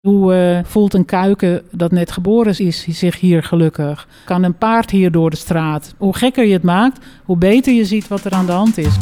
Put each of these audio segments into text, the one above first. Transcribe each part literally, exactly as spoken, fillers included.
Hoe uh, voelt een kuiken dat net geboren is zich hier gelukkig? Kan een paard hier door de straat? Hoe gekker je het maakt, hoe beter je ziet wat er aan de hand is.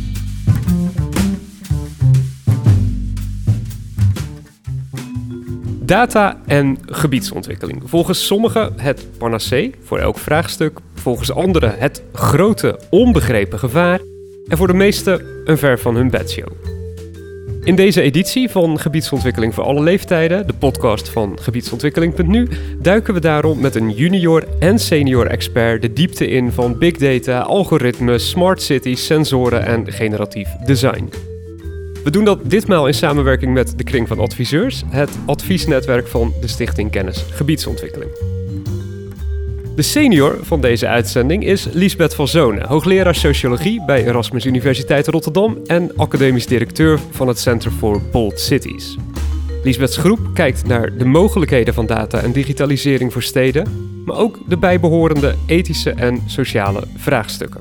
Data en gebiedsontwikkeling. Volgens sommigen het panacee voor elk vraagstuk. Volgens anderen het grote onbegrepen gevaar. En voor de meesten een ver van hun bedshow. In deze editie van Gebiedsontwikkeling voor alle leeftijden, de podcast van gebiedsontwikkeling punt nu, duiken we daarom met een junior en senior expert de diepte in van big data, algoritmes, smart cities, sensoren en generatief design. We doen dat ditmaal in samenwerking met de Kring van Adviseurs, het adviesnetwerk van de Stichting Kennis Gebiedsontwikkeling. De senior van deze uitzending is Liesbeth van Zonen, hoogleraar sociologie bij Erasmus Universiteit Rotterdam en academisch directeur van het Center for Bold Cities. Liesbeths groep kijkt naar de mogelijkheden van data en digitalisering voor steden, maar ook de bijbehorende ethische en sociale vraagstukken.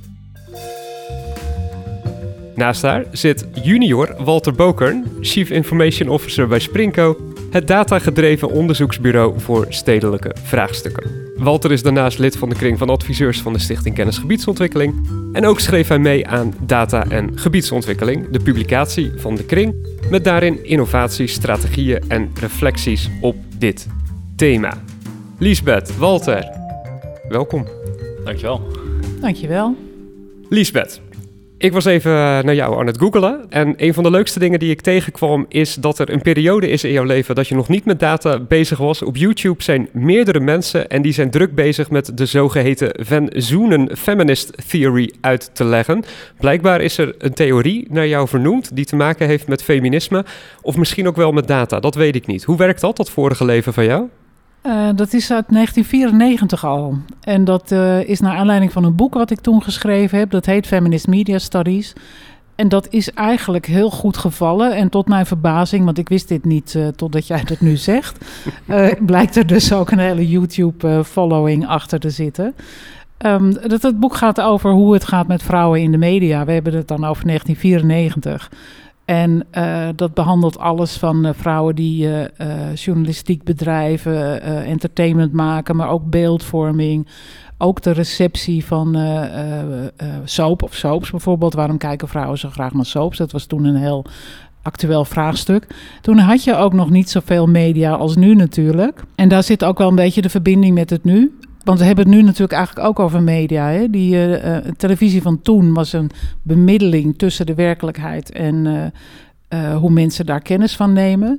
Naast haar zit junior Walter Bokern, Chief Information Officer bij Sprinko, het datagedreven onderzoeksbureau voor stedelijke vraagstukken. Walter is daarnaast lid van de Kring van Adviseurs van de Stichting Kennis Gebiedsontwikkeling en ook schreef hij mee aan Data en Gebiedsontwikkeling, de publicatie van de Kring, met daarin innovaties, strategieën en reflecties op dit thema. Liesbeth, Walter, welkom. Dankjewel. Dankjewel. Liesbeth. Ik was even naar jou aan het googlen en een van de leukste dingen die ik tegenkwam is dat er een periode is in jouw leven dat je nog niet met data bezig was. Op YouTube zijn meerdere mensen en die zijn druk bezig met de zogeheten Van Zoenen Feminist Theory uit te leggen. Blijkbaar is er een theorie naar jou vernoemd die te maken heeft met feminisme of misschien ook wel met data, dat weet ik niet. Hoe werkt dat, dat vorige leven van jou? Uh, dat is uit negentien vierennegentig al. En dat uh, is naar aanleiding van een boek wat ik toen geschreven heb. Dat heet Feminist Media Studies. En dat is eigenlijk heel goed gevallen. En tot mijn verbazing, want ik wist dit niet uh, totdat jij dat nu zegt, Uh, blijkt er dus ook een hele YouTube-following uh, achter te zitten. Um, dat het boek gaat over hoe het gaat met vrouwen in de media. We hebben het dan over negentien vierennegentig. En uh, dat behandelt alles van uh, vrouwen die uh, uh, journalistiek bedrijven, uh, entertainment maken, maar ook beeldvorming. Ook de receptie van uh, uh, uh, soap of soaps bijvoorbeeld. Waarom kijken vrouwen zo graag naar soaps? Dat was toen een heel actueel vraagstuk. Toen had je ook nog niet zoveel media als nu natuurlijk. En daar zit ook wel een beetje de verbinding met het nu. Want we hebben het nu natuurlijk eigenlijk ook over media. Hè? Die uh, uh, televisie van toen was een bemiddeling tussen de werkelijkheid en uh, uh, hoe mensen daar kennis van nemen.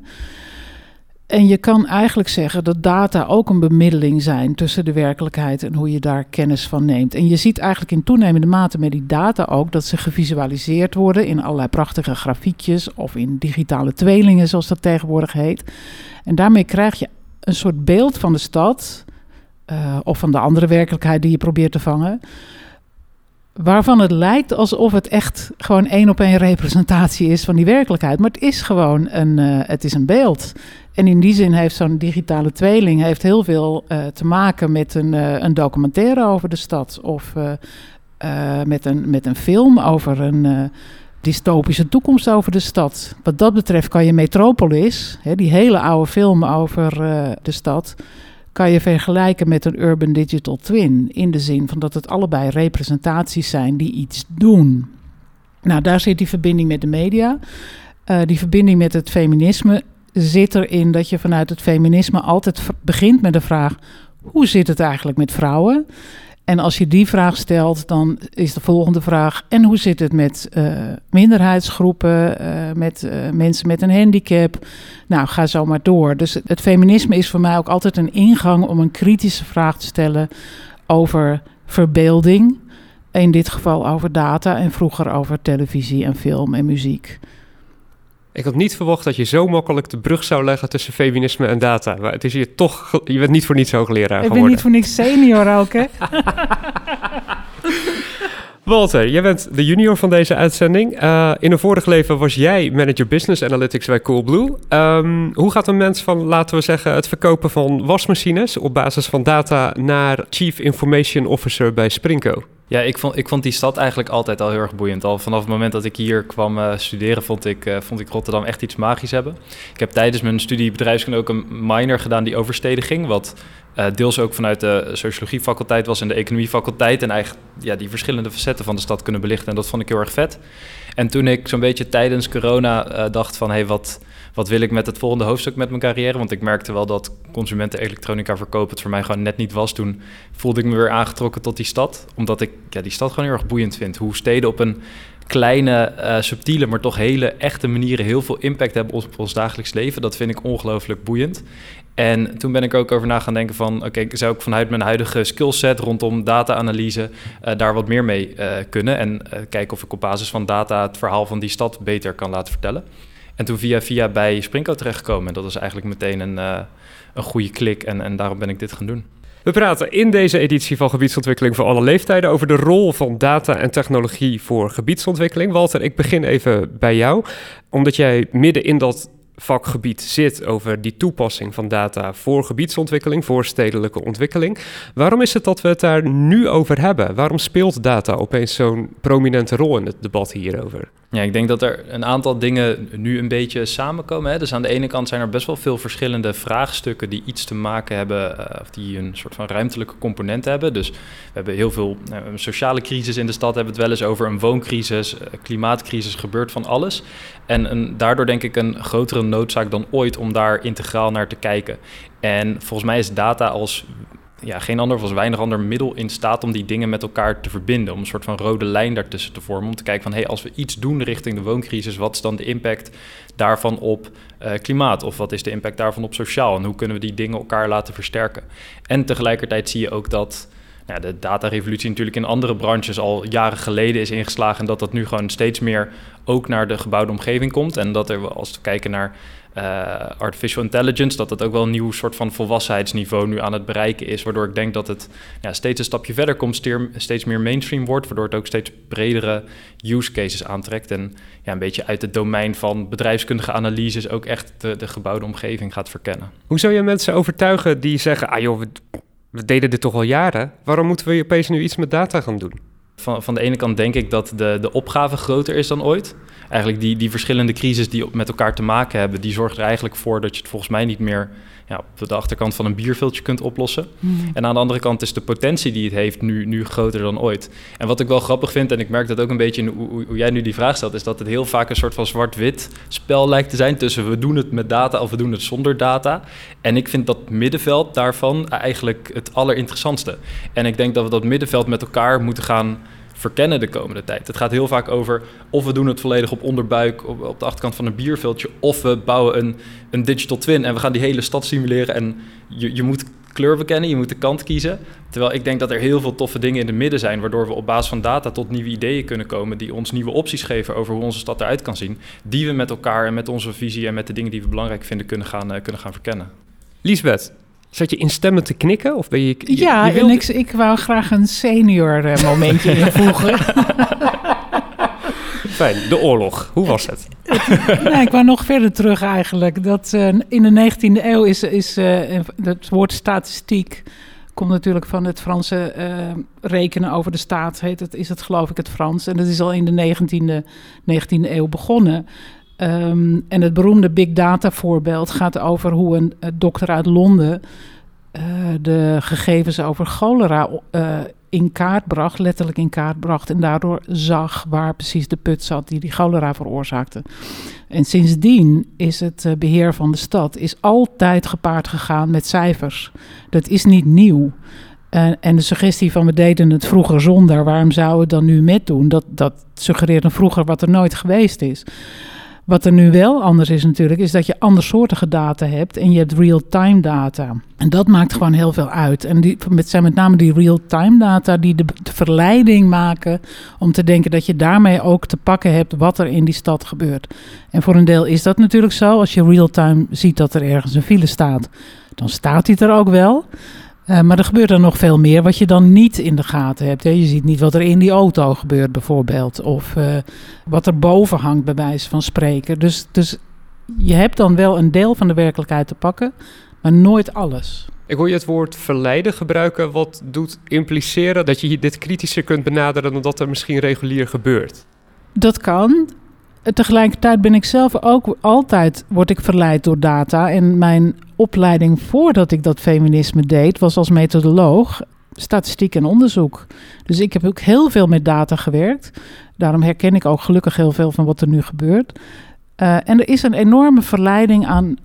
En je kan eigenlijk zeggen dat data ook een bemiddeling zijn tussen de werkelijkheid en hoe je daar kennis van neemt. En je ziet eigenlijk in toenemende mate met die data ook dat ze gevisualiseerd worden in allerlei prachtige grafiekjes of in digitale tweelingen, zoals dat tegenwoordig heet. En daarmee krijg je een soort beeld van de stad, Uh, of van de andere werkelijkheid die je probeert te vangen, waarvan het lijkt alsof het echt gewoon één op één representatie is van die werkelijkheid. Maar het is gewoon een, uh, het is een beeld. En in die zin heeft zo'n digitale tweeling heeft heel veel uh, te maken met een, uh, een documentaire over de stad. Of uh, uh, met, een, met een film over een uh, dystopische toekomst over de stad. Wat dat betreft kan je Metropolis, hè, die hele oude film over uh, de stad, kan je vergelijken met een urban digital twin. In de zin van dat het allebei representaties zijn die iets doen. Nou, daar zit die verbinding met de media. Uh, die verbinding met het feminisme zit erin dat je vanuit het feminisme altijd v- begint met de vraag: hoe zit het eigenlijk met vrouwen? En als je die vraag stelt, dan is de volgende vraag: en hoe zit het met uh, minderheidsgroepen, uh, met uh, mensen met een handicap? Nou, ga zo maar door. Dus het feminisme is voor mij ook altijd een ingang om een kritische vraag te stellen over verbeelding. In dit geval over data en vroeger over televisie en film en muziek. Ik had niet verwacht dat je zo makkelijk de brug zou leggen tussen feminisme en data. Maar het is hier toch, je bent niet voor niets hoogleraar geworden. Ik ben niet voor niks senior ook, hè? Walter, jij bent de junior van deze uitzending. Uh, in een vorig leven was jij manager business analytics bij Coolblue. Um, hoe gaat een mens van, laten we zeggen, het verkopen van wasmachines op basis van data naar chief information officer bij Sprinko? Ja, ik vond, ik vond die stad eigenlijk altijd al heel erg boeiend. Al vanaf het moment dat ik hier kwam uh, studeren, vond ik, uh, vond ik Rotterdam echt iets magisch hebben. Ik heb tijdens mijn studie bedrijfskunde ook een minor gedaan die over steden ging, wat uh, deels ook vanuit de sociologiefaculteit was en de economiefaculteit. En eigenlijk ja, die verschillende facetten van de stad kunnen belichten. En dat vond ik heel erg vet. En toen ik zo'n beetje tijdens corona uh, dacht van, hé, hey, wat... Wat wil ik met het volgende hoofdstuk met mijn carrière? Want ik merkte wel dat consumenten elektronica verkopen het voor mij gewoon net niet was. Toen voelde ik me weer aangetrokken tot die stad. Omdat ik ja, die stad gewoon heel erg boeiend vind. Hoe steden op een kleine, uh, subtiele, maar toch hele echte manieren heel veel impact hebben op ons dagelijks leven. Dat vind ik ongelooflijk boeiend. En toen ben ik ook over na gaan denken van, oké, okay, zou ik vanuit mijn huidige skillset rondom data-analyse uh, daar wat meer mee uh, kunnen. En uh, kijken of ik op basis van data het verhaal van die stad beter kan laten vertellen. En toen via via bij Sprinko terechtgekomen. En dat is eigenlijk meteen een, uh, een goede klik en, en daarom ben ik dit gaan doen. We praten in deze editie van Gebiedsontwikkeling voor alle leeftijden over de rol van data en technologie voor gebiedsontwikkeling. Walter, ik begin even bij jou. Omdat jij midden in dat vakgebied zit over die toepassing van data voor gebiedsontwikkeling, voor stedelijke ontwikkeling. Waarom is het dat we het daar nu over hebben? Waarom speelt data opeens zo'n prominente rol in het debat hierover? Ja, ik denk dat er een aantal dingen nu een beetje samenkomen. Hè? Dus aan de ene kant zijn er best wel veel verschillende vraagstukken die iets te maken hebben, uh, of die een soort van ruimtelijke component hebben. Dus we hebben heel veel uh, een sociale crisis in de stad, hebben we het wel eens over een wooncrisis, uh, klimaatcrisis, gebeurt van alles. En een, daardoor denk ik een grotere noodzaak dan ooit om daar integraal naar te kijken. En volgens mij is data als ja, geen ander of als weinig ander middel in staat om die dingen met elkaar te verbinden. Om een soort van rode lijn daartussen te vormen. Om te kijken van, hé, hey, als we iets doen richting de wooncrisis, wat is dan de impact daarvan op uh, klimaat? Of wat is de impact daarvan op sociaal? En hoe kunnen we die dingen elkaar laten versterken? En tegelijkertijd zie je ook dat nou, de datarevolutie natuurlijk in andere branches al jaren geleden is ingeslagen. En dat dat nu gewoon steeds meer ook naar de gebouwde omgeving komt. En dat er, als we kijken naar Uh, artificial intelligence, dat het ook wel een nieuw soort van volwassenheidsniveau nu aan het bereiken is, waardoor ik denk dat het ja, steeds een stapje verder komt, steeds meer mainstream wordt, waardoor het ook steeds bredere use cases aantrekt en ja, een beetje uit het domein van bedrijfskundige analyses ook echt de, de gebouwde omgeving gaat verkennen. Hoe zou je mensen overtuigen die zeggen, ah joh, we, we deden dit toch al jaren, waarom moeten we opeens nu iets met data gaan doen? Van, van de ene kant denk ik dat de, de opgave groter is dan ooit. Eigenlijk die, die verschillende crises die met elkaar te maken hebben, die zorgen er eigenlijk voor dat je het volgens mij niet meer ja, op de achterkant van een bierviltje kunt oplossen. Mm. En aan de andere kant is de potentie die het heeft nu, nu groter dan ooit. En wat ik wel grappig vind, en ik merk dat ook een beetje in hoe, hoe jij nu die vraag stelt, is dat het heel vaak een soort van zwart-wit spel lijkt te zijn tussen we doen het met data of we doen het zonder data. En ik vind dat middenveld daarvan eigenlijk het allerinteressantste. En ik denk dat we dat middenveld met elkaar moeten gaan verkennen de komende tijd. Het gaat heel vaak over of we doen het volledig op onderbuik, op, op de achterkant van een bierveldje, of we bouwen een, een digital twin en we gaan die hele stad simuleren en je, je moet kleur bekennen, je moet de kant kiezen. Terwijl ik denk dat er heel veel toffe dingen in het midden zijn, waardoor we op basis van data tot nieuwe ideeën kunnen komen die ons nieuwe opties geven over hoe onze stad eruit kan zien, die we met elkaar en met onze visie en met de dingen die we belangrijk vinden kunnen gaan, uh, kunnen gaan verkennen. Liesbeth, zat je instemmend te knikken? Of ben je, je ja, je wilde... en ik, ik wou graag een senior uh, momentje invoegen. Fijn, de oorlog. Hoe was het? Nee, ik wou nog verder terug eigenlijk. Dat uh, in de negentiende eeuw is, is uh, het woord statistiek komt natuurlijk van het Franse uh, rekenen over de staat. Heet het, is het geloof ik het Frans. En dat is al in de negentiende eeuw begonnen. Um, en het beroemde big data voorbeeld gaat over hoe een uh, dokter uit Londen uh, de gegevens over cholera uh, in kaart bracht, letterlijk in kaart bracht en daardoor zag waar precies de put zat die die cholera veroorzaakte. En sindsdien is het uh, beheer van de stad is altijd gepaard gegaan met cijfers. Dat is niet nieuw. Uh, en de suggestie van we deden het vroeger zonder, waarom zouden we het dan nu met doen? Dat, dat suggereert een vroeger wat er nooit geweest is. Wat er nu wel anders is natuurlijk, is dat je andersoortige data hebt en je hebt real-time data. En dat maakt gewoon heel veel uit. En die, het zijn met name die real-time data die de, de verleiding maken om te denken dat je daarmee ook te pakken hebt wat er in die stad gebeurt. En voor een deel is dat natuurlijk zo. Als je real-time ziet dat er ergens een file staat, dan staat die er ook wel. Uh, maar er gebeurt er nog veel meer wat je dan niet in de gaten hebt. Hè. Je ziet niet wat er in die auto gebeurt bijvoorbeeld. Of uh, wat er boven hangt bij wijze van spreken. Dus, dus je hebt dan wel een deel van de werkelijkheid te pakken, maar nooit alles. Ik hoor je het woord verleiden gebruiken. Wat doet impliceren dat je dit kritischer kunt benaderen dan dat er misschien regulier gebeurt? Dat kan. Tegelijkertijd ben ik zelf ook altijd, word ik verleid door data. En mijn opleiding voordat ik dat feminisme deed, was als methodoloog statistiek en onderzoek. Dus ik heb ook heel veel met data gewerkt. Daarom herken ik ook gelukkig heel veel van wat er nu gebeurt. Uh, en er is een enorme verleiding aan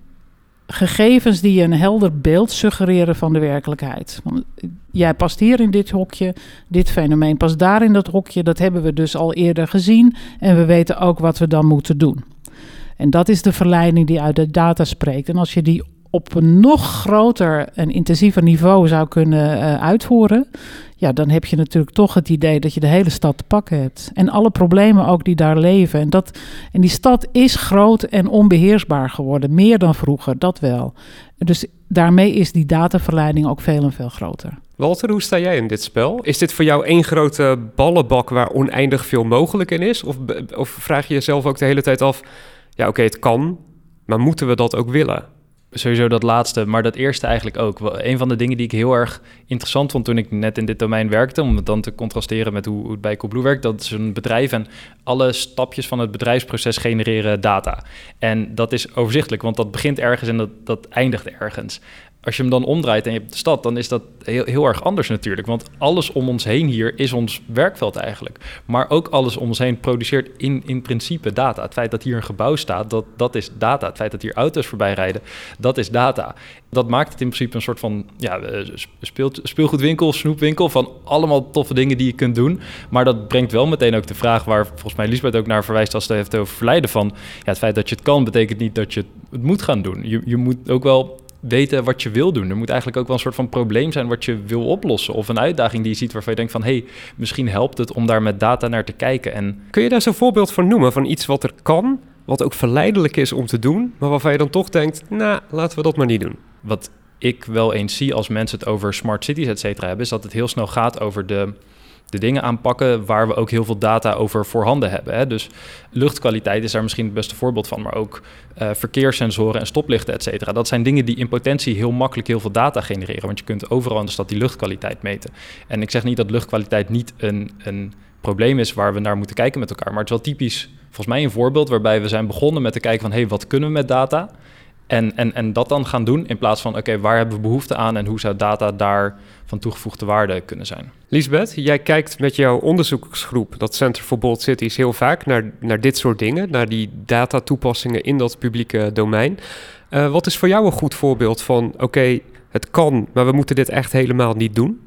gegevens die een helder beeld suggereren van de werkelijkheid. Want jij past hier in dit hokje, dit fenomeen past daar in dat hokje. Dat hebben we dus al eerder gezien en we weten ook wat we dan moeten doen. En dat is de verleiding die uit de data spreekt. En als je die op een nog groter en intensiever niveau zou kunnen uh, uitvoeren, ja, dan heb je natuurlijk toch het idee dat je de hele stad te pakken hebt. En alle problemen ook die daar leven. En, dat, en die stad is groot en onbeheersbaar geworden. Meer dan vroeger, dat wel. Dus daarmee is die dataverleiding ook veel en veel groter. Walter, hoe sta jij in dit spel? Is dit voor jou één grote ballenbak waar oneindig veel mogelijk in is? Of, of vraag je jezelf ook de hele tijd af, ja oké, okay, het kan, maar moeten we dat ook willen? Sowieso dat laatste, maar dat eerste eigenlijk ook. Een van de dingen die ik heel erg interessant vond toen ik net in dit domein werkte, om het dan te contrasteren met hoe, hoe het bij Coolblue werkt, dat is een bedrijf en alle stapjes van het bedrijfsproces genereren data. En dat is overzichtelijk, want dat begint ergens en dat, dat eindigt ergens. Als je hem dan omdraait en je hebt de stad, dan is dat heel, heel erg anders natuurlijk. Want alles om ons heen hier is ons werkveld eigenlijk. Maar ook alles om ons heen produceert in, in principe data. Het feit dat hier een gebouw staat, dat, dat is data. Het feit dat hier auto's voorbij rijden, dat is data. Dat maakt het in principe een soort van ja, speel, speelgoedwinkel, snoepwinkel van allemaal toffe dingen die je kunt doen. Maar dat brengt wel meteen ook de vraag waar volgens mij Liesbeth ook naar verwijst als het heeft over verleiden van ja, het feit dat je het kan, betekent niet dat je het moet gaan doen. Je, je moet ook wel weten wat je wil doen. Er moet eigenlijk ook wel een soort van probleem zijn wat je wil oplossen. Of een uitdaging die je ziet waarvan je denkt van hé, hey, misschien helpt het om daar met data naar te kijken. En kun je daar zo'n voorbeeld van noemen? Van iets wat er kan, wat ook verleidelijk is om te doen, maar waarvan je dan toch denkt, nou, laten we dat maar niet doen. Wat ik wel eens zie als mensen het over smart cities, et cetera, hebben, is dat het heel snel gaat over de de dingen aanpakken waar we ook heel veel data over voorhanden hebben. Hè? Dus luchtkwaliteit is daar misschien het beste voorbeeld van, maar ook uh, verkeerssensoren en stoplichten, et cetera. Dat zijn dingen die in potentie heel makkelijk heel veel data genereren, want je kunt overal in de stad die luchtkwaliteit meten. En ik zeg niet dat luchtkwaliteit niet een, een probleem is waar we naar moeten kijken met elkaar, maar het is wel typisch, volgens mij een voorbeeld waarbij we zijn begonnen met te kijken van hé, hey, wat kunnen we met data? En, en, en dat dan gaan doen in plaats van, oké, okay, waar hebben we behoefte aan en hoe zou data daar van toegevoegde waarde kunnen zijn? Liesbeth, jij kijkt met jouw onderzoeksgroep, dat Center for Bold Cities, heel vaak naar, naar dit soort dingen, naar die datatoepassingen in dat publieke domein. Uh, wat is voor jou een goed voorbeeld van, oké, okay, het kan, maar we moeten dit echt helemaal niet doen?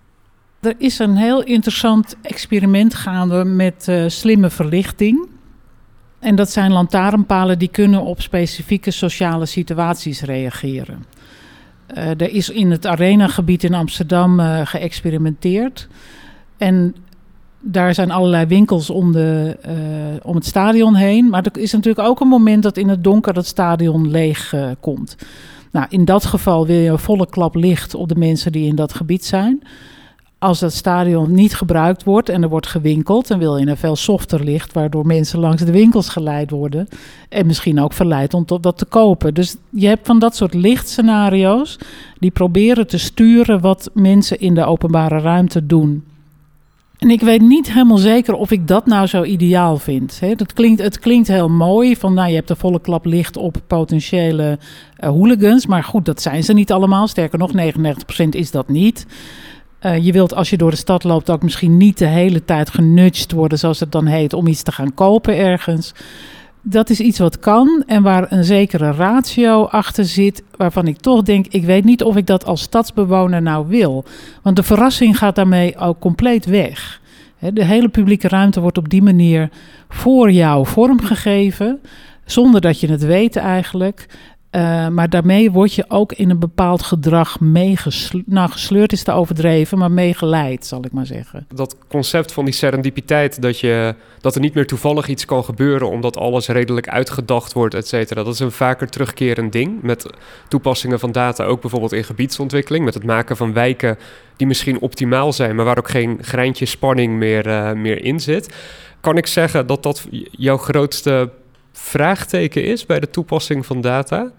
Er is een heel interessant experiment gaande met uh, slimme verlichting. En dat zijn lantaarnpalen die kunnen op specifieke sociale situaties reageren. Uh, er is in het arenagebied in Amsterdam uh, geëxperimenteerd. En daar zijn allerlei winkels om, de, uh, om het stadion heen. Maar er is natuurlijk ook een moment dat in het donker het stadion leeg uh, komt. Nou, in dat geval wil je een volle klap licht op de mensen die in dat gebied zijn. Als dat stadion niet gebruikt wordt en er wordt gewinkeld, dan wil je een veel softer licht, waardoor mensen langs de winkels geleid worden en misschien ook verleid om dat te kopen. Dus je hebt van dat soort lichtscenario's die proberen te sturen wat mensen in de openbare ruimte doen. En ik weet niet helemaal zeker of ik dat nou zo ideaal vind. Hè. Dat klinkt, het klinkt heel mooi, van nou, je hebt een volle klap licht op potentiële uh, hooligans, maar goed, dat zijn ze niet allemaal. Sterker nog, negenennegentig procent is dat niet. Uh, je wilt als je door de stad loopt ook misschien niet de hele tijd genudged worden, zoals het dan heet, om iets te gaan kopen ergens. Dat is iets wat kan en waar een zekere ratio achter zit, waarvan ik toch denk, ik weet niet of ik dat als stadsbewoner nou wil. Want de verrassing gaat daarmee ook compleet weg. De hele publieke ruimte wordt op die manier voor jou vormgegeven, zonder dat je het weet eigenlijk. Uh, maar daarmee word je ook in een bepaald gedrag meegesleurd. Nou, gesleurd is te overdreven, maar meegeleid, zal ik maar zeggen. Dat concept van die serendipiteit, dat, je, dat er niet meer toevallig iets kan gebeuren omdat alles redelijk uitgedacht wordt, et cetera. Dat is een vaker terugkerend ding met toepassingen van data, ook bijvoorbeeld in gebiedsontwikkeling, met het maken van wijken die misschien optimaal zijn, maar waar ook geen greintje spanning meer, uh, meer in zit. Kan ik zeggen dat dat jouw grootste vraagteken is bij de toepassing van data?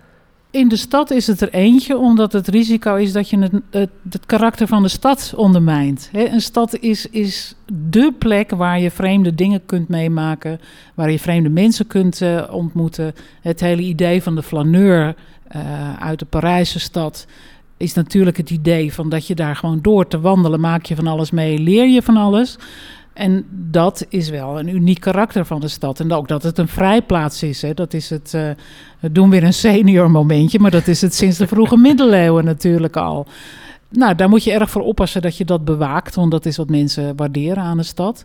In de stad is het er eentje, omdat het risico is dat je het, het, het karakter van de stad ondermijnt. He, een stad is, is dé plek waar je vreemde dingen kunt meemaken, waar je vreemde mensen kunt uh, ontmoeten. Het hele idee van de flaneur uh, uit de Parijse stad is natuurlijk het idee van dat je daar gewoon door te wandelen, maak je van alles mee, leer je van alles. En dat is wel een uniek karakter van de stad. En ook dat het een vrijplaats is. Hè. Dat is het, uh, we doen weer een senior momentje, maar dat is het sinds de vroege middeleeuwen natuurlijk al. Nou, daar moet je erg voor oppassen dat je dat bewaakt, want dat is wat mensen waarderen aan de stad.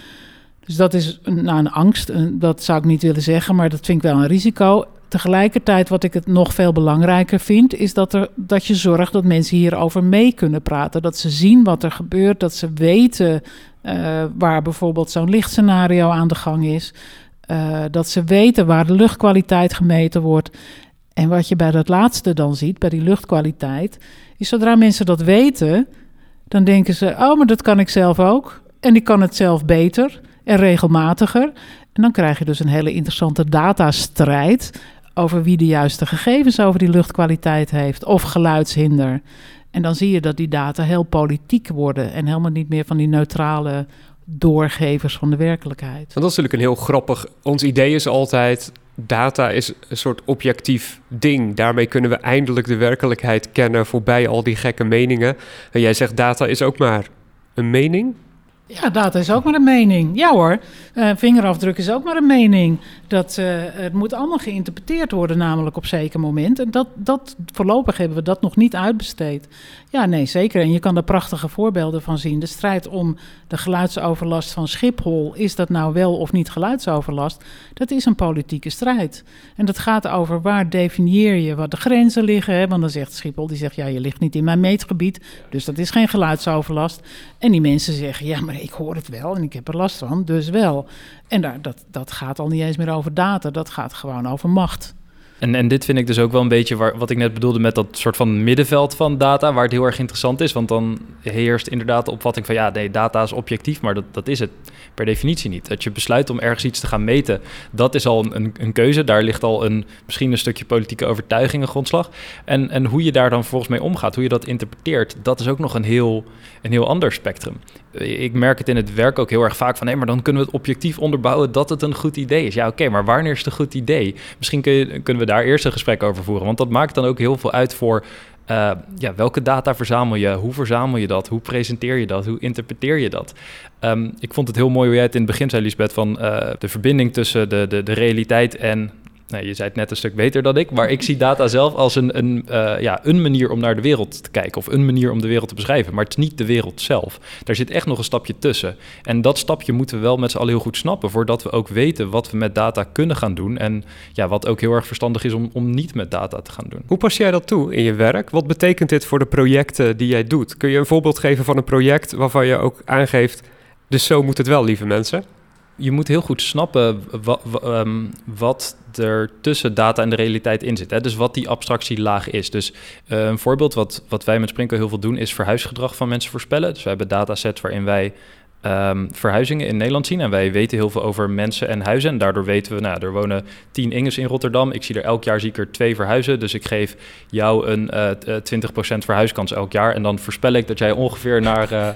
Dus dat is een, nou, een angst, een, dat zou ik niet willen zeggen, maar dat vind ik wel een risico. Tegelijkertijd, wat ik het nog veel belangrijker vind, is dat, er, dat je zorgt dat mensen hierover mee kunnen praten. Dat ze zien wat er gebeurt, dat ze weten uh, waar bijvoorbeeld zo'n lichtscenario aan de gang is. Uh, dat ze weten waar de luchtkwaliteit gemeten wordt. En wat je bij dat laatste dan ziet, bij die luchtkwaliteit, is zodra mensen dat weten, dan denken ze, oh, maar dat kan ik zelf ook. En ik kan het zelf beter en regelmatiger. En dan krijg je dus een hele interessante datastrijd over wie de juiste gegevens over die luchtkwaliteit heeft of geluidshinder. En dan zie je dat die data heel politiek worden en helemaal niet meer van die neutrale doorgevers van de werkelijkheid. Want dat is natuurlijk een heel grappig. Ons idee is altijd, data is een soort objectief ding. Daarmee kunnen we eindelijk de werkelijkheid kennen voorbij al die gekke meningen. En jij zegt data is ook maar een mening? Ja, data is ook maar een mening. Ja hoor, uh, vingerafdruk is ook maar een mening. Dat, uh, het moet allemaal geïnterpreteerd worden, namelijk op zeker moment. En dat, dat, voorlopig hebben we dat nog niet uitbesteed. Ja, nee, zeker. En je kan daar prachtige voorbeelden van zien. De strijd om de geluidsoverlast van Schiphol, is dat nou wel of niet geluidsoverlast? Dat is een politieke strijd. En dat gaat over waar definieer je wat de grenzen liggen. Hè? Want dan zegt Schiphol, die zegt, ja, je ligt niet in mijn meetgebied, dus dat is geen geluidsoverlast. En die mensen zeggen, ja, maar ik hoor het wel en ik heb er last van, dus wel. En daar, dat, dat gaat al niet eens meer over data, dat gaat gewoon over macht. En, en dit vind ik dus ook wel een beetje waar, wat ik net bedoelde met dat soort van middenveld van data, waar het heel erg interessant is. Want dan heerst inderdaad de opvatting van ja, nee, data is objectief, maar dat, dat is het per definitie niet. Dat je besluit om ergens iets te gaan meten, dat is al een, een keuze. Daar ligt al een, misschien een stukje politieke overtuiging, een grondslag. En, en hoe je daar dan vervolgens mee omgaat, hoe je dat interpreteert, dat is ook nog een heel, een heel ander spectrum. Ik merk het in het werk ook heel erg vaak van, hé, maar dan kunnen we het objectief onderbouwen dat het een goed idee is. Ja, oké, okay, maar wanneer is het een goed idee? Misschien kun je, kunnen we daar eerst een gesprek over voeren, want dat maakt dan ook heel veel uit voor uh, ja, welke data verzamel je, hoe verzamel je dat, hoe presenteer je dat, hoe interpreteer je dat? Um, ik vond het heel mooi hoe jij het in het begin zei, Liesbeth, van uh, de verbinding tussen de, de, de realiteit en... Nee, je zei het net een stuk beter dan ik, maar ik zie data zelf als een, een, uh, ja, een manier om naar de wereld te kijken of een manier om de wereld te beschrijven, maar het is niet de wereld zelf. Daar zit echt nog een stapje tussen. En dat stapje moeten we wel met z'n allen heel goed snappen, voordat we ook weten wat we met data kunnen gaan doen en ja, wat ook heel erg verstandig is om, om niet met data te gaan doen. Hoe pas jij dat toe in je werk? Wat betekent dit voor de projecten die jij doet? Kun je een voorbeeld geven van een project waarvan je ook aangeeft, dus zo moet het wel, lieve mensen? Je moet heel goed snappen wa- wa- um, wat er tussen data en de realiteit in zit. Hè? Dus wat die abstractielaag is. Dus uh, een voorbeeld wat, wat wij met Sprinko heel veel doen, is verhuisgedrag van mensen voorspellen. Dus we hebben datasets waarin wij um, verhuizingen in Nederland zien. En wij weten heel veel over mensen en huizen. En daardoor weten we, nou, er wonen tien Inges in Rotterdam. Ik zie er elk jaar zie ik er twee verhuizen. Dus ik geef jou een uh, twintig procent verhuiskans elk jaar. En dan voorspel ik dat jij ongeveer naar... Uh,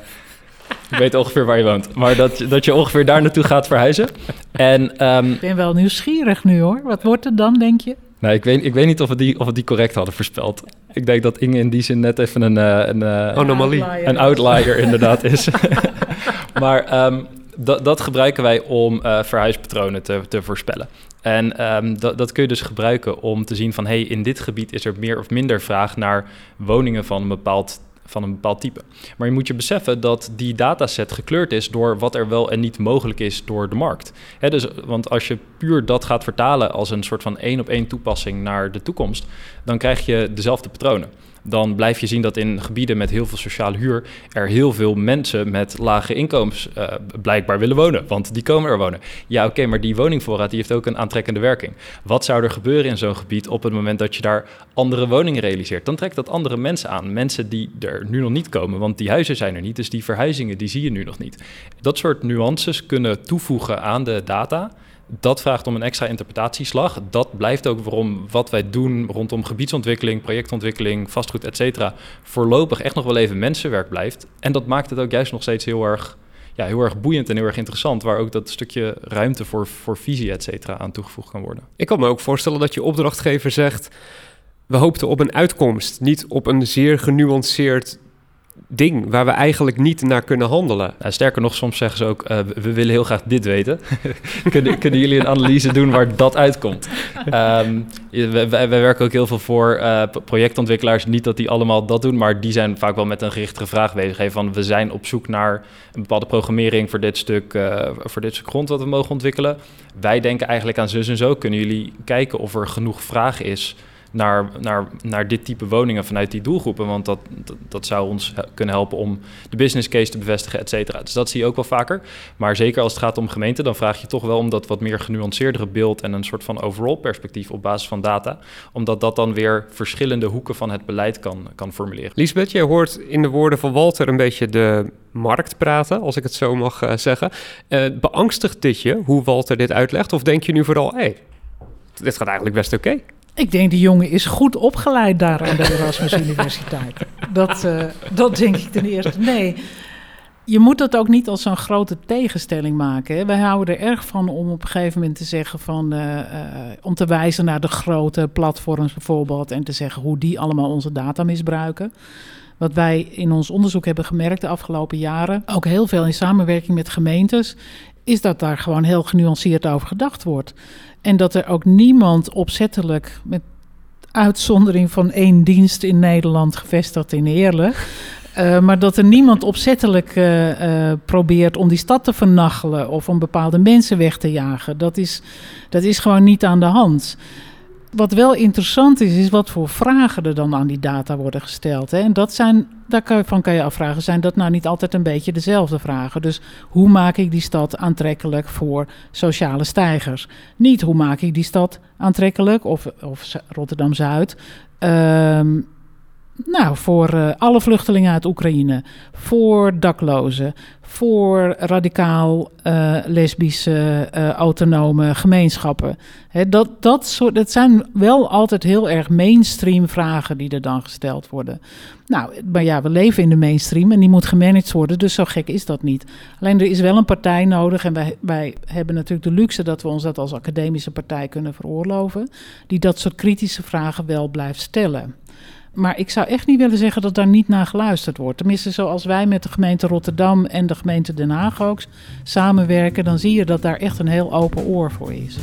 Ik weet ongeveer waar je woont, maar dat, dat je ongeveer daar naartoe gaat verhuizen. En, um, ik ben wel nieuwsgierig nu hoor. Wat wordt het dan, denk je? Nou, ik weet, ik weet niet of we, die, of we die correct hadden voorspeld. Ik denk dat Inge in die zin net even een... Uh, een uh, Anomalie. Een outlier inderdaad is. Maar um, dat, dat gebruiken wij om uh, verhuispatronen te, te voorspellen. En um, dat, dat kun je dus gebruiken om te zien van... hey, in dit gebied is er meer of minder vraag naar woningen van een bepaald van een bepaald type. Maar je moet je beseffen dat die dataset gekleurd is door wat er wel en niet mogelijk is door de markt. He, dus, want als je puur dat gaat vertalen als een soort van één op één toepassing naar de toekomst, dan krijg je dezelfde patronen. Dan blijf je zien dat in gebieden met heel veel sociale huur er heel veel mensen met lage inkomens uh, blijkbaar willen wonen, want die komen er wonen. Ja, oké, okay, maar die woningvoorraad die heeft ook een aantrekkende werking. Wat zou er gebeuren in zo'n gebied op het moment dat je daar andere woningen realiseert? Dan trekt dat andere mensen aan, mensen die er nu nog niet komen, want die huizen zijn er niet, dus die verhuizingen die zie je nu nog niet. Dat soort nuances kunnen toevoegen aan de data Dat vraagt om een extra interpretatieslag. Dat blijft ook waarom wat wij doen rondom gebiedsontwikkeling, projectontwikkeling, vastgoed, et cetera, voorlopig echt nog wel even mensenwerk blijft. En dat maakt het ook juist nog steeds heel erg, ja, heel erg boeiend en heel erg interessant, waar ook dat stukje ruimte voor, voor visie, et cetera, aan toegevoegd kan worden. Ik kan me ook voorstellen dat je opdrachtgever zegt, we hoopten op een uitkomst, niet op een zeer genuanceerd ding waar we eigenlijk niet naar kunnen handelen. Nou, sterker nog, soms zeggen ze ook, uh, we willen heel graag dit weten. kunnen, kunnen jullie een analyse doen waar dat uitkomt? Um, wij, wij werken ook heel veel voor uh, projectontwikkelaars. Niet dat die allemaal dat doen, maar die zijn vaak wel met een gerichtere vraag bezig. Hey, van, we zijn op zoek naar een bepaalde programmering voor dit stuk, uh, voor dit stuk grond wat we mogen ontwikkelen. Wij denken eigenlijk aan zus en zo. Kunnen jullie kijken of er genoeg vraag is Naar, naar, naar dit type woningen vanuit die doelgroepen. Want dat, dat, dat zou ons kunnen helpen om de business case te bevestigen, et cetera. Dus dat zie je ook wel vaker. Maar zeker als het gaat om gemeenten, dan vraag je toch wel om dat wat meer genuanceerdere beeld en een soort van overall perspectief op basis van data. Omdat dat dan weer verschillende hoeken van het beleid kan, kan formuleren. Liesbeth, jij hoort in de woorden van Walter een beetje de markt praten, als ik het zo mag uh, zeggen. Uh, beangstigt dit je, hoe Walter dit uitlegt? Of denk je nu vooral, hé, hey, dit gaat eigenlijk best oké? Okay. Ik denk, die jongen is goed opgeleid daar aan de Erasmus Universiteit. Dat, uh, dat denk ik ten eerste. Nee, je moet dat ook niet als zo'n grote tegenstelling maken. Hè. Wij houden er erg van om op een gegeven moment te zeggen van, uh, uh, om te wijzen naar de grote platforms bijvoorbeeld en te zeggen hoe die allemaal onze data misbruiken. Wat wij in ons onderzoek hebben gemerkt de afgelopen jaren, ook heel veel in samenwerking met gemeentes, is dat daar gewoon heel genuanceerd over gedacht wordt. En dat er ook niemand opzettelijk, met uitzondering van één dienst in Nederland gevestigd in Heerlen, uh, maar dat er niemand opzettelijk uh, uh, probeert om die stad te vernachelen of om bepaalde mensen weg te jagen. Dat is, dat is gewoon niet aan de hand. Wat wel interessant is, is wat voor vragen er dan aan die data worden gesteld. Hè? En dat zijn, daarvan kan je afvragen, zijn dat nou niet altijd een beetje dezelfde vragen? Dus hoe maak ik die stad aantrekkelijk voor sociale stijgers? Niet hoe maak ik die stad aantrekkelijk, of, of Rotterdam-Zuid, um, nou, voor uh, alle vluchtelingen uit Oekraïne, voor daklozen, voor radicaal uh, lesbische, uh, autonome gemeenschappen. He, dat, dat, soort, dat zijn wel altijd heel erg mainstream vragen die er dan gesteld worden. Nou, maar ja, we leven in de mainstream en die moet gemanaged worden, dus zo gek is dat niet. Alleen er is wel een partij nodig en wij, wij hebben natuurlijk de luxe dat we ons dat als academische partij kunnen veroorloven, die dat soort kritische vragen wel blijft stellen. Maar ik zou echt niet willen zeggen dat daar niet naar geluisterd wordt. Tenminste, zoals wij met de gemeente Rotterdam en de gemeente Den Haag ook samenwerken, dan zie je dat daar echt een heel open oor voor is.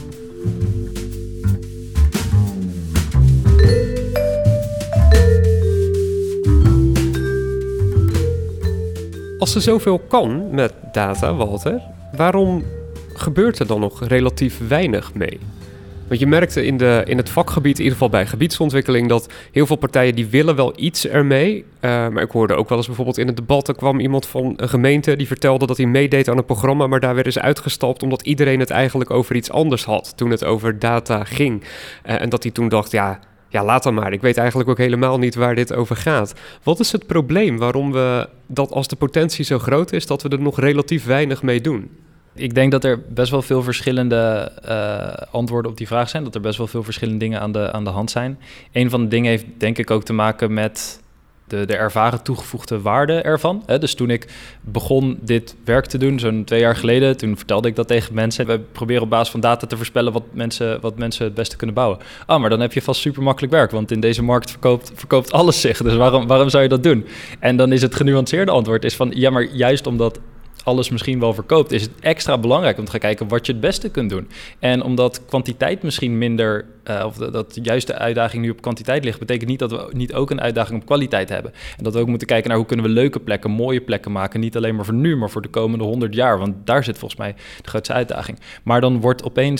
Als er zoveel kan met data, Walter, waarom gebeurt er dan nog relatief weinig mee? Want je merkte in, de, in het vakgebied, in ieder geval bij gebiedsontwikkeling, dat heel veel partijen die willen wel iets ermee. Uh, maar ik hoorde ook wel eens bijvoorbeeld in het debat, er kwam iemand van een gemeente die vertelde dat hij meedeed aan een programma, maar daar werden ze uitgestapt omdat iedereen het eigenlijk over iets anders had toen het over data ging. Uh, en dat hij toen dacht, ja, ja, laat dan maar. Ik weet eigenlijk ook helemaal niet waar dit over gaat. Wat is het probleem waarom we dat als de potentie zo groot is, dat we er nog relatief weinig mee doen? Ik denk dat er best wel veel verschillende uh, antwoorden op die vraag zijn. Dat er best wel veel verschillende dingen aan de, aan de hand zijn. Een van de dingen heeft denk ik ook te maken met de, de ervaren toegevoegde waarde ervan. Hè? Dus toen ik begon dit werk te doen, zo'n twee jaar geleden, toen vertelde ik dat tegen mensen. We proberen op basis van data te voorspellen wat mensen, wat mensen het beste kunnen bouwen. Ah, maar dan heb je vast super makkelijk werk, want in deze markt verkoopt, verkoopt alles zich. Dus waarom, waarom zou je dat doen? En dan is het genuanceerde antwoord is van, ja, maar juist omdat alles misschien wel verkoopt, is het extra belangrijk om te gaan kijken wat je het beste kunt doen. En omdat kwantiteit misschien minder, uh, of dat, dat juist de uitdaging nu op kwantiteit ligt, betekent niet dat we niet ook een uitdaging op kwaliteit hebben. En dat we ook moeten kijken naar hoe kunnen we leuke plekken, mooie plekken maken, niet alleen maar voor nu, maar voor de komende honderd jaar. Want daar zit volgens mij de grootste uitdaging. Maar dan wordt opeens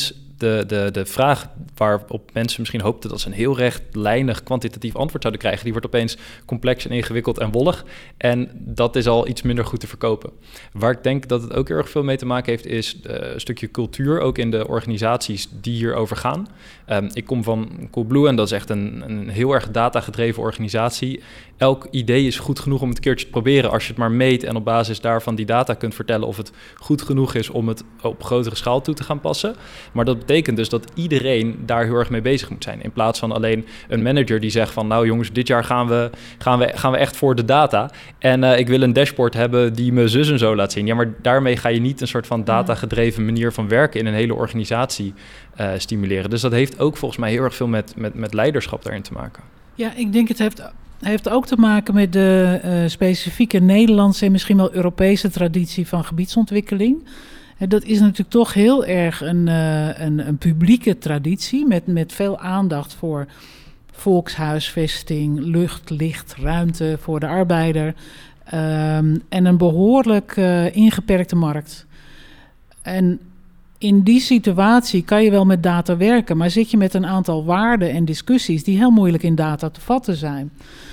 de, de, de vraag waarop mensen misschien hoopten dat ze een heel rechtlijnig kwantitatief antwoord zouden krijgen, die wordt opeens complex en ingewikkeld en wollig. En dat is al iets minder goed te verkopen. Waar ik denk dat het ook heel erg veel mee te maken heeft, is uh, een stukje cultuur, ook in de organisaties die hierover gaan. Um, ik kom van Coolblue en dat is echt een, een heel erg datagedreven organisatie. Elk idee is goed genoeg om het een keertje te proberen als je het maar meet en op basis daarvan die data kunt vertellen of het goed genoeg is om het op grotere schaal toe te gaan passen. Maar dat betekent dus dat iedereen daar heel erg mee bezig moet zijn. In plaats van alleen een manager die zegt van nou jongens, dit jaar gaan we, gaan we, gaan we echt voor de data. En uh, ik wil een dashboard hebben die me zus en zo laat zien. Ja, maar daarmee ga je niet een soort van datagedreven manier van werken in een hele organisatie uh, stimuleren. Dus dat heeft ook volgens mij heel erg veel met, met, met leiderschap daarin te maken. Ja, ik denk het heeft... heeft ook te maken met de uh, specifieke Nederlandse en misschien wel Europese traditie van gebiedsontwikkeling. En dat is natuurlijk toch heel erg een, uh, een, een publieke traditie met, met veel aandacht voor volkshuisvesting, lucht, licht, ruimte voor de arbeider um, en een behoorlijk uh, ingeperkte markt. En in die situatie kan je wel met data werken, maar zit je met een aantal waarden en discussies die heel moeilijk in data te vatten zijn.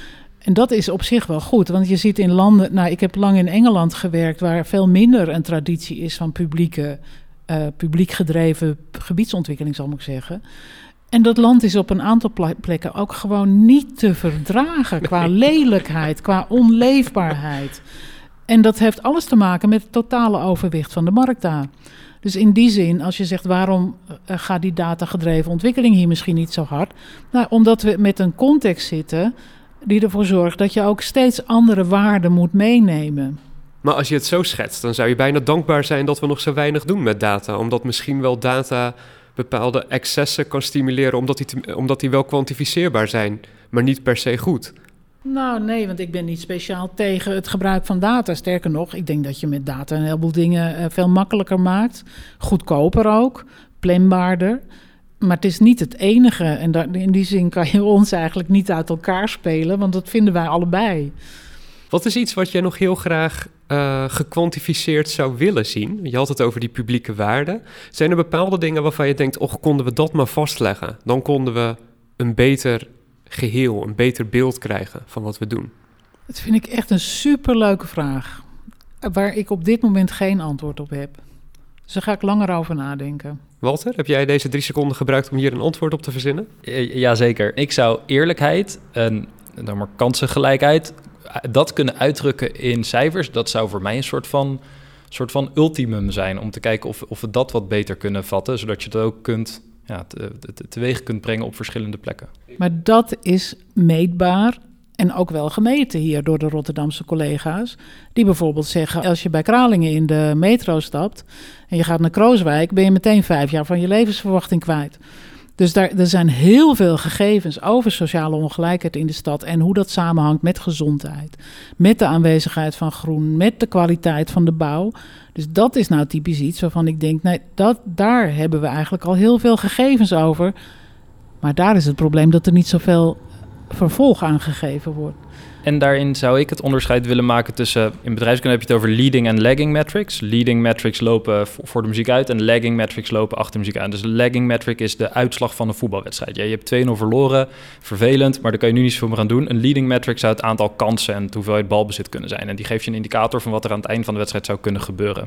En dat is op zich wel goed, want je ziet in landen... Nou, ik heb lang in Engeland gewerkt, waar veel minder een traditie is van publieke, uh, publiek gedreven gebiedsontwikkeling, zal ik zeggen. En dat land is op een aantal plekken ook gewoon niet te verdragen qua lelijkheid, qua onleefbaarheid. En dat heeft alles te maken met het totale overwicht van de markt daar. Dus in die zin, als je zegt, waarom uh, gaat die datagedreven ontwikkeling hier misschien niet zo hard? Nou, omdat we met een context zitten die ervoor zorgt dat je ook steeds andere waarden moet meenemen. Maar als je het zo schetst, dan zou je bijna dankbaar zijn dat we nog zo weinig doen met data. Omdat misschien wel data bepaalde excessen kan stimuleren, omdat die, te, omdat die wel kwantificeerbaar zijn, maar niet per se goed. Nou, nee, want ik ben niet speciaal tegen het gebruik van data. Sterker nog, ik denk dat je met data een heleboel dingen uh, veel makkelijker maakt. Goedkoper ook, planbaarder. Maar het is niet het enige. En daar, in die zin kan je ons eigenlijk niet uit elkaar spelen, want dat vinden wij allebei. Wat is iets wat jij nog heel graag uh, gekwantificeerd zou willen zien? Je had het over die publieke waarden. Zijn er bepaalde dingen waarvan je denkt, och, konden we dat maar vastleggen? Dan konden we een beter geheel, een beter beeld krijgen van wat we doen. Dat vind ik echt een superleuke vraag, waar ik op dit moment geen antwoord op heb. Dus daar ga ik langer over nadenken. Walter, heb jij deze drie seconden gebruikt om hier een antwoord op te verzinnen? Jazeker. Ik zou eerlijkheid en dan maar kansengelijkheid, dat kunnen uitdrukken in cijfers. Dat zou voor mij een soort van, soort van ultimum zijn om te kijken of, of we dat wat beter kunnen vatten, zodat je het ook kunt, ja, te, te, teweeg kunt brengen op verschillende plekken. Maar dat is meetbaar en ook wel gemeten hier door de Rotterdamse collega's, die bijvoorbeeld zeggen, als je bij Kralingen in de metro stapt en je gaat naar Krooswijk, ben je meteen vijf jaar van je levensverwachting kwijt. Dus daar, er zijn heel veel gegevens over sociale ongelijkheid in de stad en hoe dat samenhangt met gezondheid, met de aanwezigheid van groen, met de kwaliteit van de bouw. Dus dat is nou typisch iets waarvan ik denk, nee, dat, daar hebben we eigenlijk al heel veel gegevens over. Maar daar is het probleem dat er niet zoveel vervolg aan gegeven wordt. En daarin zou ik het onderscheid willen maken tussen, in bedrijfskunde heb je het over leading en lagging metrics. Leading metrics lopen voor de muziek uit en lagging metrics lopen achter de muziek aan. Dus de lagging metric is de uitslag van een voetbalwedstrijd. Ja, je hebt twee nul verloren, vervelend, maar daar kan je nu niet zoveel meer aan doen. Een leading metric zou het aantal kansen en de hoeveelheid balbezit kunnen zijn. En die geeft je een indicator van wat er aan het eind van de wedstrijd zou kunnen gebeuren.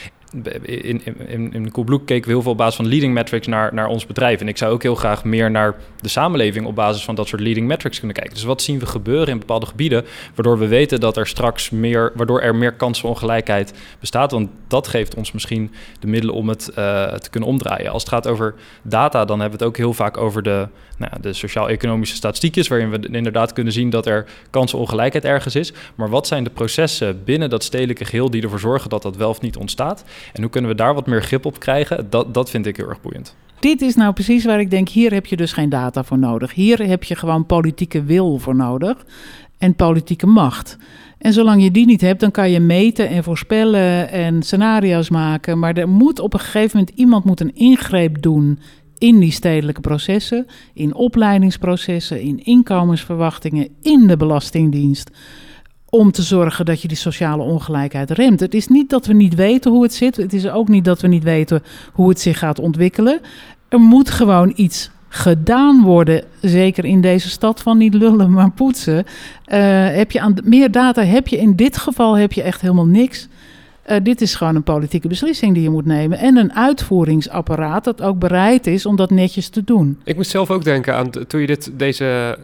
In, in, in Coolblue keken we heel veel op basis van leading metrics naar, naar ons bedrijf. En ik zou ook heel graag meer naar de samenleving op basis van dat soort leading metrics kunnen kijken. Dus wat zien we gebeuren in bepaalde gebieden, waardoor we weten dat er straks meer, waardoor er meer kansenongelijkheid bestaat. Want dat geeft ons misschien de middelen om het uh, te kunnen omdraaien. Als het gaat over data, dan hebben we het ook heel vaak over de, nou ja, de sociaal-economische statistiekjes, waarin we inderdaad kunnen zien dat er kansenongelijkheid ergens is. Maar wat zijn de processen binnen dat stedelijke geheel die ervoor zorgen dat dat wel of niet ontstaat? En hoe kunnen we daar wat meer grip op krijgen? Dat, dat vind ik heel erg boeiend. Dit is nou precies waar ik denk, hier heb je dus geen data voor nodig. Hier heb je gewoon politieke wil voor nodig en politieke macht. En zolang je die niet hebt, dan kan je meten en voorspellen en scenario's maken. Maar er moet op een gegeven moment, iemand moet een ingreep doen in die stedelijke processen, in opleidingsprocessen, in inkomensverwachtingen, in de Belastingdienst, om te zorgen dat je die sociale ongelijkheid remt. Het is niet dat we niet weten hoe het zit. Het is ook niet dat we niet weten hoe het zich gaat ontwikkelen. Er moet gewoon iets gedaan worden, zeker in deze stad van niet lullen, maar poetsen. Uh, heb je aan meer data heb je in dit geval heb je echt helemaal niks. Uh, dit is gewoon een politieke beslissing die je moet nemen. En een uitvoeringsapparaat dat ook bereid is om dat netjes te doen. Ik moest zelf ook denken aan toen je dit, deze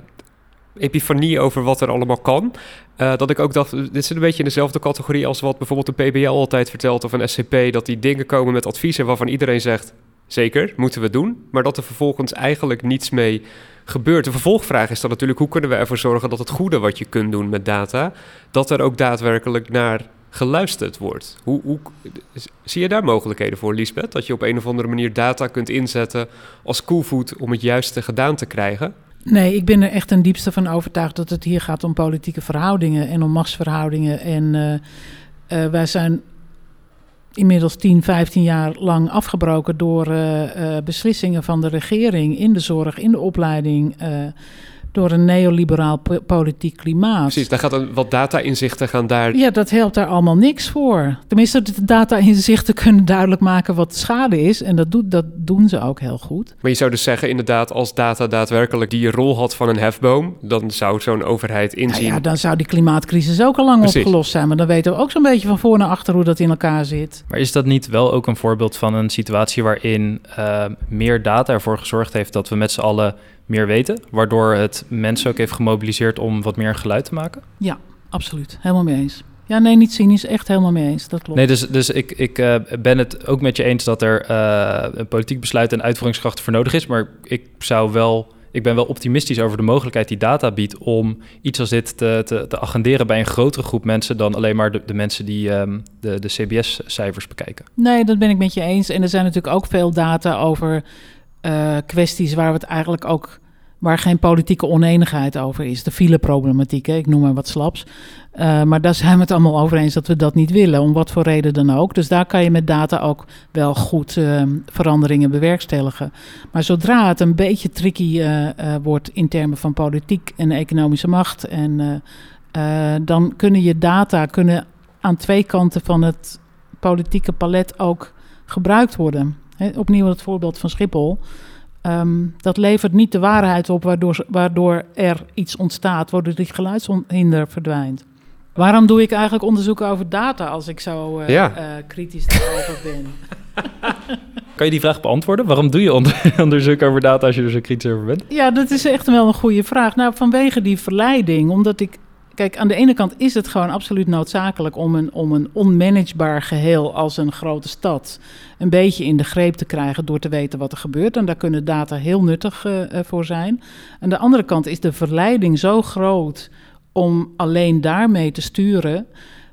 epifanie over wat er allemaal kan. Uh, dat ik ook dacht, dit zit een beetje in dezelfde categorie als wat bijvoorbeeld een P B L altijd vertelt of een S C P. Dat die dingen komen met adviezen waarvan iedereen zegt, zeker, moeten we doen. Maar dat er vervolgens eigenlijk niets mee gebeurt. De vervolgvraag is dan natuurlijk, hoe kunnen we ervoor zorgen dat het goede wat je kunt doen met data, dat er ook daadwerkelijk naar geluisterd wordt. Hoe, hoe, zie je daar mogelijkheden voor, Liesbeth? Dat je op een of andere manier data kunt inzetten als koevoet om het juiste gedaan te krijgen? Nee, ik ben er echt ten diepste van overtuigd dat het hier gaat om politieke verhoudingen en om machtsverhoudingen. En uh, uh, wij zijn inmiddels tien, vijftien jaar lang afgebroken door uh, uh, beslissingen van de regering in de zorg, in de opleiding, uh, door een neoliberaal po- politiek klimaat. Precies, daar gaat een, wat data-inzichten gaan daar. Ja, dat helpt daar allemaal niks voor. Tenminste, de data-inzichten kunnen duidelijk maken wat de schade is. En dat, doet, dat doen ze ook heel goed. Maar je zou dus zeggen, inderdaad, als data daadwerkelijk die rol had van een hefboom, dan zou zo'n overheid inzien. Nou ja, dan zou die klimaatcrisis ook al lang Precies. opgelost zijn. Maar dan weten we ook zo'n beetje van voor naar achter hoe dat in elkaar zit. Maar is dat niet wel ook een voorbeeld van een situatie waarin uh, meer data ervoor gezorgd heeft dat we met z'n allen meer weten, waardoor het mensen ook heeft gemobiliseerd om wat meer geluid te maken? Ja, absoluut. Helemaal mee eens. Ja, nee, niet cynisch. Echt helemaal mee eens. Dat klopt. Nee, dus, dus ik, ik uh, ben het ook met je eens dat er uh, een politiek besluit en uitvoeringskracht voor nodig is, maar ik zou wel, ik ben wel optimistisch over de mogelijkheid die data biedt om iets als dit te, te, te agenderen bij een grotere groep mensen dan alleen maar de, de mensen die um, de, de C B S-cijfers bekijken. Nee, dat ben ik met je eens. En er zijn natuurlijk ook veel data over Uh, kwesties waar we het eigenlijk ook, waar geen politieke oneenigheid over is. De fileproblematiek, hè? Ik noem maar wat slaps. Uh, maar daar zijn we het allemaal over eens dat we dat niet willen, om wat voor reden dan ook. Dus daar kan je met data ook wel goed uh, veranderingen bewerkstelligen. Maar zodra het een beetje tricky uh, uh, wordt in termen van politiek en economische macht, en uh, uh, dan kunnen je data kunnen aan twee kanten van het politieke palet ook gebruikt worden. He, opnieuw het voorbeeld van Schiphol. Um, dat levert niet de waarheid op waardoor, waardoor er iets ontstaat, waardoor die geluidshinder verdwijnt. Waarom doe ik eigenlijk onderzoek over data als ik zo uh, ja. uh, kritisch daarover ben? Kan je die vraag beantwoorden? Waarom doe je onder- onderzoek over data als je er zo kritisch over bent? Ja, dat is echt wel een goede vraag. Nou, vanwege die verleiding, omdat ik... Kijk, aan de ene kant is het gewoon absoluut noodzakelijk om een, om een onmanagebaar geheel als een grote stad een beetje in de greep te krijgen door te weten wat er gebeurt. En daar kunnen data heel nuttig uh, voor zijn. Aan de andere kant is de verleiding zo groot om alleen daarmee te sturen,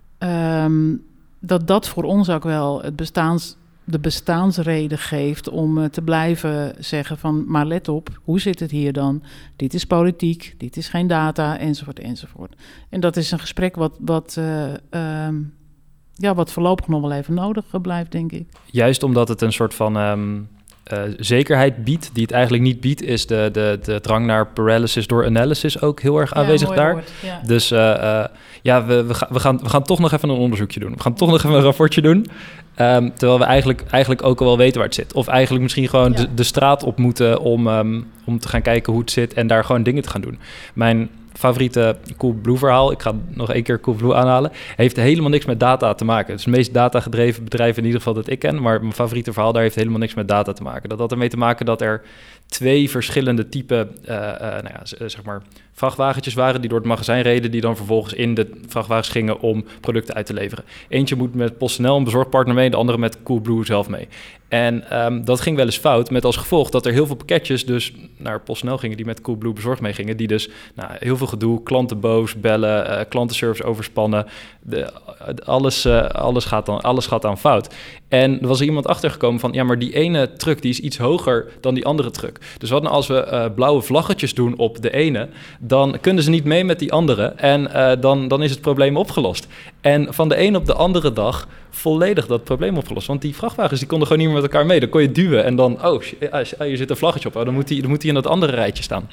um, dat dat voor ons ook wel het bestaans, de bestaansreden geeft om uh, te blijven zeggen van, maar let op, hoe zit het hier dan? Dit is politiek, dit is geen data, enzovoort, enzovoort. En dat is een gesprek wat, wat, uh, um, ja, wat voorlopig nog wel even nodig blijft, denk ik. Juist omdat het een soort van um, uh, zekerheid biedt, die het eigenlijk niet biedt, is de, de, de drang naar paralysis door analysis ook heel erg aanwezig ja, daar. Woord, ja. Dus uh, uh, ja, we, we, ga, we, gaan, we gaan toch nog even een onderzoekje doen. We gaan toch nog even een rapportje doen. Um, terwijl we eigenlijk, eigenlijk ook al wel weten waar het zit. Of eigenlijk misschien gewoon ja. de, de straat op moeten om, um, om te gaan kijken hoe het zit en daar gewoon dingen te gaan doen. Mijn favoriete Coolblue verhaal, ik ga nog één keer Coolblue aanhalen, heeft helemaal niks met data te maken. Het is het meest datagedreven bedrijf in ieder geval dat ik ken, maar mijn favoriete verhaal daar heeft helemaal niks met data te maken. Dat had ermee te maken dat er twee verschillende typen, uh, uh, nou ja, zeg maar, vrachtwagentjes waren die door het magazijn reden, die dan vervolgens in de vrachtwagens gingen om producten uit te leveren. Eentje moet met PostNL, een bezorgpartner mee, de andere met Coolblue zelf mee. En um, dat ging wel eens fout, met als gevolg dat er heel veel pakketjes dus naar PostNL gingen die met Coolblue bezorgd mee gingen, die dus nou, heel veel gedoe, klanten boos, bellen, uh, klantenservice overspannen, de, alles, uh, alles, gaat dan, alles gaat dan fout. En er was er iemand achtergekomen van, ja, maar die ene truck die is iets hoger dan die andere truck. Dus wat nou als we uh, blauwe vlaggetjes doen op de ene, dan kunnen ze niet mee met die andere en uh, dan, dan is het probleem opgelost. En van de een op de andere dag volledig dat probleem opgelost. Want die vrachtwagens die konden gewoon niet meer met elkaar mee. Dan kon je duwen en dan, oh, hier zit een vlaggetje op. Oh, dan moet die, dan moet die in dat andere rijtje staan.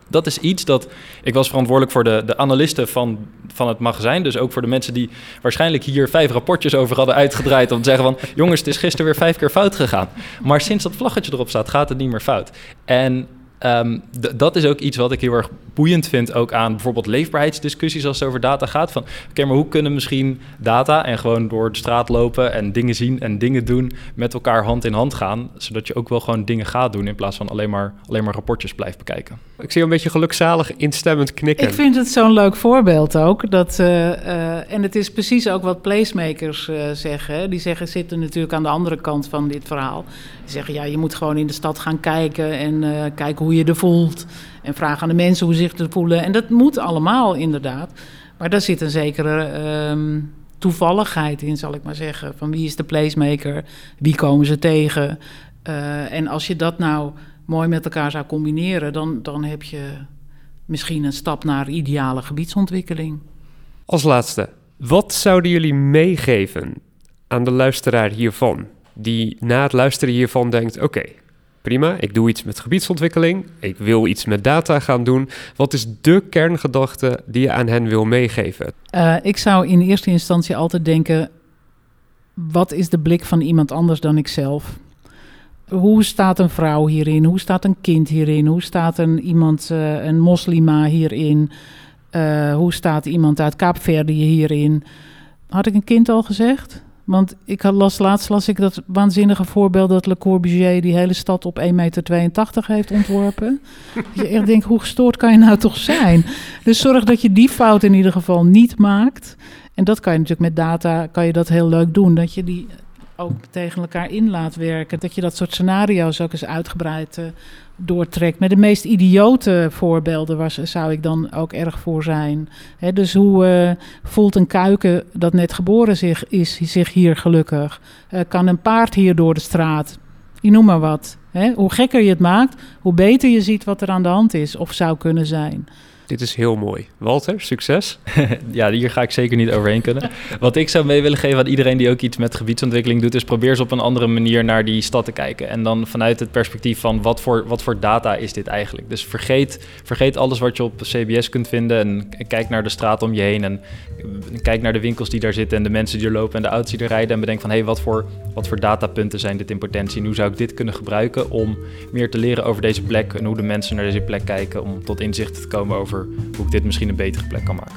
Dat is iets dat... Ik was verantwoordelijk voor de, de analisten van, van het magazijn. Dus ook voor de mensen die waarschijnlijk hier vijf rapportjes over hadden uitgedraaid. Om te zeggen van, jongens, het is gisteren weer vijf keer fout gegaan. Maar sinds dat vlaggetje erop staat, gaat het niet meer fout. En um, d- dat is ook iets wat ik heel erg boeiend vind. Ook aan bijvoorbeeld leefbaarheidsdiscussies als het over data gaat. Van, oké, okay, maar hoe kunnen misschien data en gewoon door de straat lopen en dingen zien en dingen doen met elkaar hand in hand gaan. Zodat je ook wel gewoon dingen gaat doen in plaats van alleen maar, alleen maar rapportjes blijft bekijken. Ik zie een beetje gelukzalig instemmend knikken. Ik vind het zo'n leuk voorbeeld ook. Dat, uh, uh, en het is precies ook wat placemakers uh, zeggen. Hè. Die zeggen, zitten natuurlijk aan de andere kant van dit verhaal. Die zeggen, ja, je moet gewoon in de stad gaan kijken en uh, kijken hoe je er voelt. En vragen aan de mensen hoe ze zich er voelen. En dat moet allemaal inderdaad. Maar daar zit een zekere um, toevalligheid in, zal ik maar zeggen. Van wie is de placemaker? Wie komen ze tegen? Uh, en als je dat nou mooi met elkaar zou combineren, dan, dan heb je misschien een stap naar ideale gebiedsontwikkeling. Als laatste, wat zouden jullie meegeven aan de luisteraar hiervan? Die na het luisteren hiervan denkt, oké, okay, prima, ik doe iets met gebiedsontwikkeling, ik wil iets met data gaan doen. Wat is de kerngedachte die je aan hen wil meegeven? Uh, ik zou in eerste instantie altijd denken, wat is de blik van iemand anders dan ikzelf? Hoe staat een vrouw hierin? Hoe staat een kind hierin? Hoe staat een, iemand, uh, een moslima hierin? Uh, hoe staat iemand uit Kaapverdië hierin? Had ik een kind al gezegd? Want ik had las, laatst las ik dat waanzinnige voorbeeld dat Le Corbusier die hele stad op één komma tweeëntachtig meter heeft ontworpen. Je echt denkt, hoe gestoord kan je nou toch zijn? Dus zorg dat je die fout in ieder geval niet maakt. En dat kan je natuurlijk met data, kan je dat heel leuk doen. Dat je die ook tegen elkaar in laat werken. Dat je dat soort scenario's ook eens uitgebreid uh, doortrekt. Met de meest idiote voorbeelden was, zou ik dan ook erg voor zijn. He, dus hoe uh, voelt een kuiken dat net geboren zich, is zich hier gelukkig? Uh, kan een paard hier door de straat? Je noem maar wat. He, hoe gekker je het maakt, hoe beter je ziet wat er aan de hand is of zou kunnen zijn. Dit is heel mooi. Walter, succes. Ja, hier ga ik zeker niet overheen kunnen. Wat ik zou mee willen geven aan iedereen die ook iets met gebiedsontwikkeling doet, is probeer eens op een andere manier naar die stad te kijken. En dan vanuit het perspectief van wat voor, wat voor data is dit eigenlijk? Dus vergeet, vergeet alles wat je op C B S kunt vinden en kijk naar de straat om je heen en kijk naar de winkels die daar zitten en de mensen die er lopen en de auto's die er rijden en bedenk van hé, hey, wat voor, wat voor datapunten zijn dit in potentie en hoe zou ik dit kunnen gebruiken om meer te leren over deze plek en hoe de mensen naar deze plek kijken om tot inzicht te komen over hoe ik dit misschien een betere plek kan maken.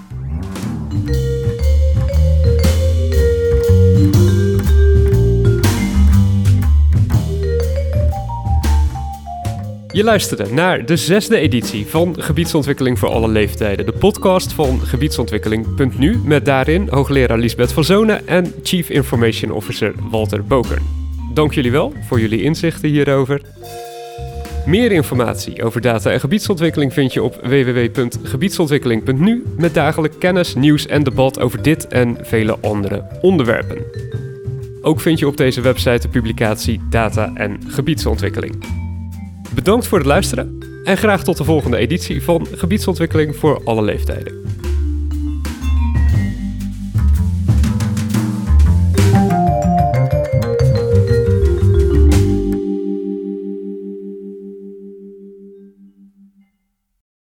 Je luisterde naar de zesde editie van Gebiedsontwikkeling voor alle leeftijden. De podcast van gebiedsontwikkeling punt n u met daarin hoogleraar Liesbeth van Zonen en Chief Information Officer Walter Bokern. Dank jullie wel voor jullie inzichten hierover. Meer informatie over data en gebiedsontwikkeling vind je op w w w punt gebiedsontwikkeling punt n u met dagelijks kennis, nieuws en debat over dit en vele andere onderwerpen. Ook vind je op deze website de publicatie Data en Gebiedsontwikkeling. Bedankt voor het luisteren en graag tot de volgende editie van Gebiedsontwikkeling voor alle leeftijden.